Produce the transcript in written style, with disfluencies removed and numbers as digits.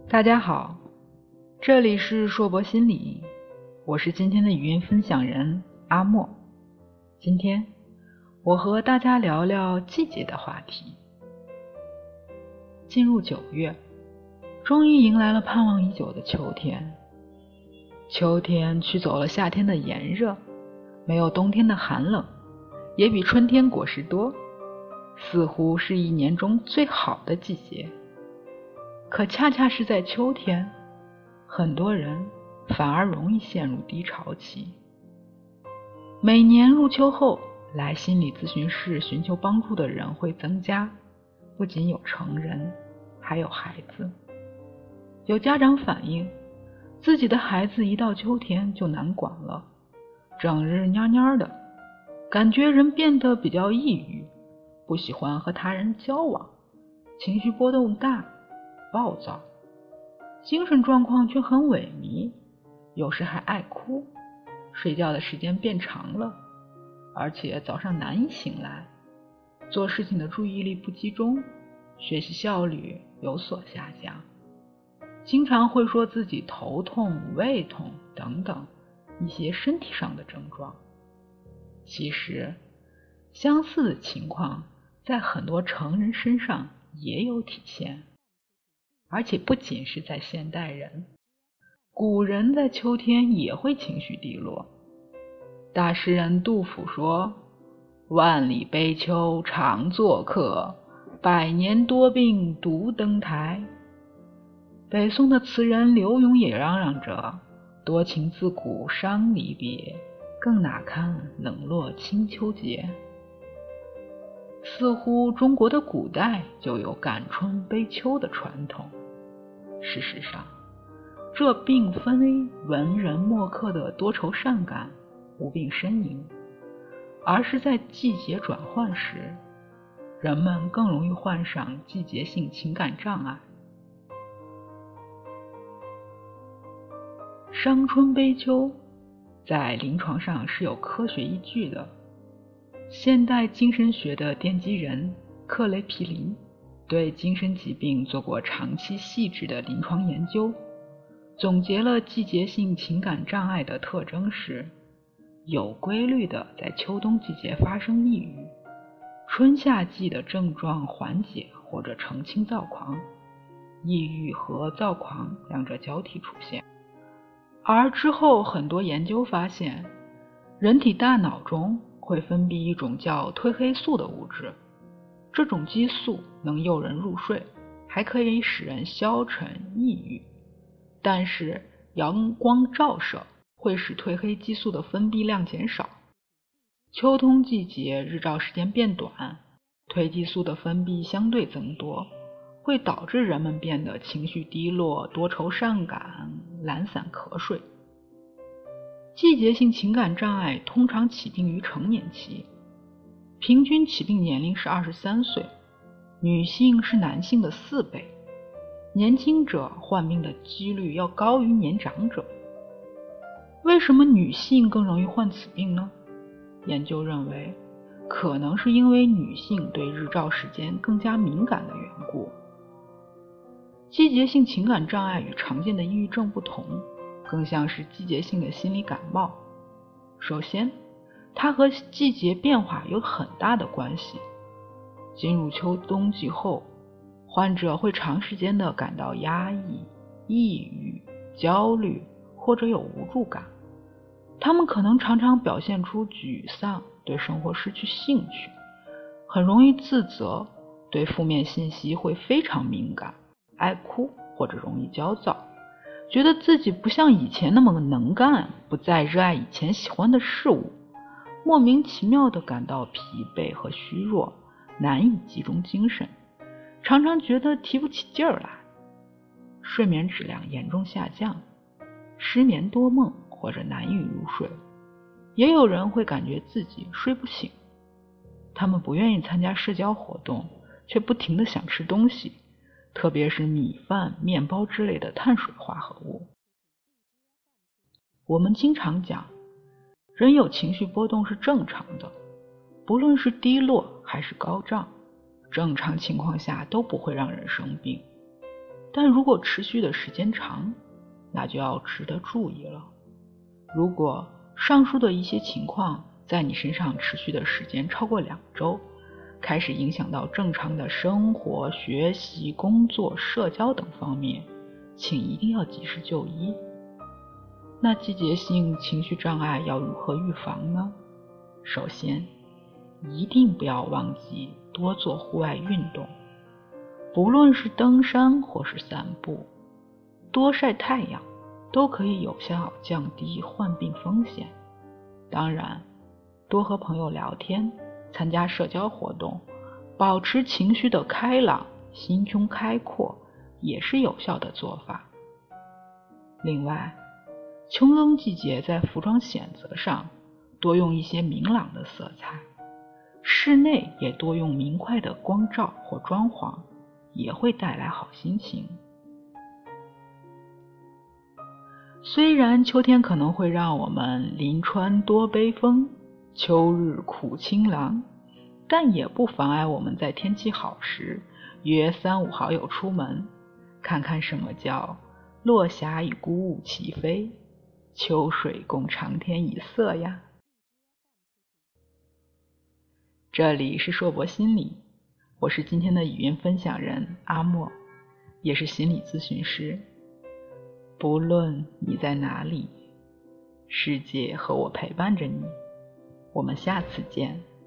大家好，这里是硕博心理，我是今天的语音分享人阿莫。今天我和大家聊聊季节的话题。进入9月，终于迎来了盼望已久的秋天。秋天驱走了夏天的炎热，没有冬天的寒冷，也比春天果实多，似乎是一年中最好的季节。可恰恰是在秋天，很多人反而容易陷入低潮期。每年入秋后，来心理咨询室寻求帮助的人会增加，不仅有成人，还有孩子。有家长反映，自己的孩子一到秋天就难管了，整日蔫蔫的，感觉人变得比较抑郁，不喜欢和他人交往，情绪波动大，暴躁，精神状况却很萎靡，有时还爱哭，睡觉的时间变长了，而且早上难以醒来，做事情的注意力不集中，学习效率有所下降，经常会说自己头痛、胃痛等等一些身体上的症状。其实，相似的情况在很多成人身上也有体现。而且不仅是在现代人，古人在秋天也会情绪低落。大诗人杜甫说：万里悲秋常作客，百年多病独登台。北宋的词人刘永也嚷嚷着：多情自古伤离别，更哪堪冷落清秋节。似乎中国的古代就有感春悲秋的传统。事实上，这并非文人墨客的多愁善感、无病呻吟，而是在季节转换时，人们更容易患上季节性情感障碍。伤春悲秋在临床上是有科学依据的。现代精神学的奠基人克雷皮林对精神疾病做过长期细致的临床研究，总结了季节性情感障碍的特征是：有规律的在秋冬季节发生抑郁，春夏季的症状缓解或者澄清躁狂，抑郁和躁狂两者交替出现。而之后很多研究发现，人体大脑中会分泌一种叫褪黑素的物质，这种激素能诱人入睡，还可以使人消沉抑郁。但是阳光照射会使褪黑激素的分泌量减少，秋冬季节日照时间变短，褪激素的分泌相对增多，会导致人们变得情绪低落、多愁善感、懒散瞌睡。季节性情感障碍通常起病于成年期，平均起病年龄是23岁，女性是男性的4倍，年轻者患病的几率要高于年长者。为什么女性更容易患此病呢？研究认为，可能是因为女性对日照时间更加敏感的缘故。季节性情感障碍与常见的抑郁症不同，更像是季节性的心理感冒。首先，它和季节变化有很大的关系。进入秋冬季后，患者会长时间地感到压抑、抑郁、焦虑或者有无助感。他们可能常常表现出沮丧，对生活失去兴趣，很容易自责，对负面信息会非常敏感，爱哭或者容易焦躁，觉得自己不像以前那么能干，不再热爱以前喜欢的事物，莫名其妙地感到疲惫和虚弱，难以集中精神，常常觉得提不起劲儿来，睡眠质量严重下降，失眠多梦或者难以入睡。也有人会感觉自己睡不醒，他们不愿意参加社交活动，却不停地想吃东西，特别是米饭、面包之类的碳水化合物。我们经常讲，人有情绪波动是正常的，不论是低落还是高涨，正常情况下都不会让人生病。 但如果持续的时间长，那就要值得注意了。如果上述的一些情况在你身上持续的时间超过2周，开始影响到正常的生活、学习、工作、社交等方面，请一定要及时就医。那季节性情绪障碍要如何预防呢？首先，一定不要忘记多做户外运动，不论是登山或是散步，多晒太阳都可以有效降低患病风险。当然，多和朋友聊天，参加社交活动，保持情绪的开朗，心胸开阔，也是有效的做法。另外，秋冬季节在服装选择上多用一些明朗的色彩，室内也多用明快的光照或装潢，也会带来好心情。虽然秋天可能会让我们临川多悲风，秋日苦清凉，但也不妨碍我们在天气好时约3-5好友出门，看看什么叫落霞与孤鹜齐飞，秋水共长天一色呀。这里是硕博心理，我是今天的语音分享人阿莫，也是心理咨询师。不论你在哪里，世界和我陪伴着你，我们下次见。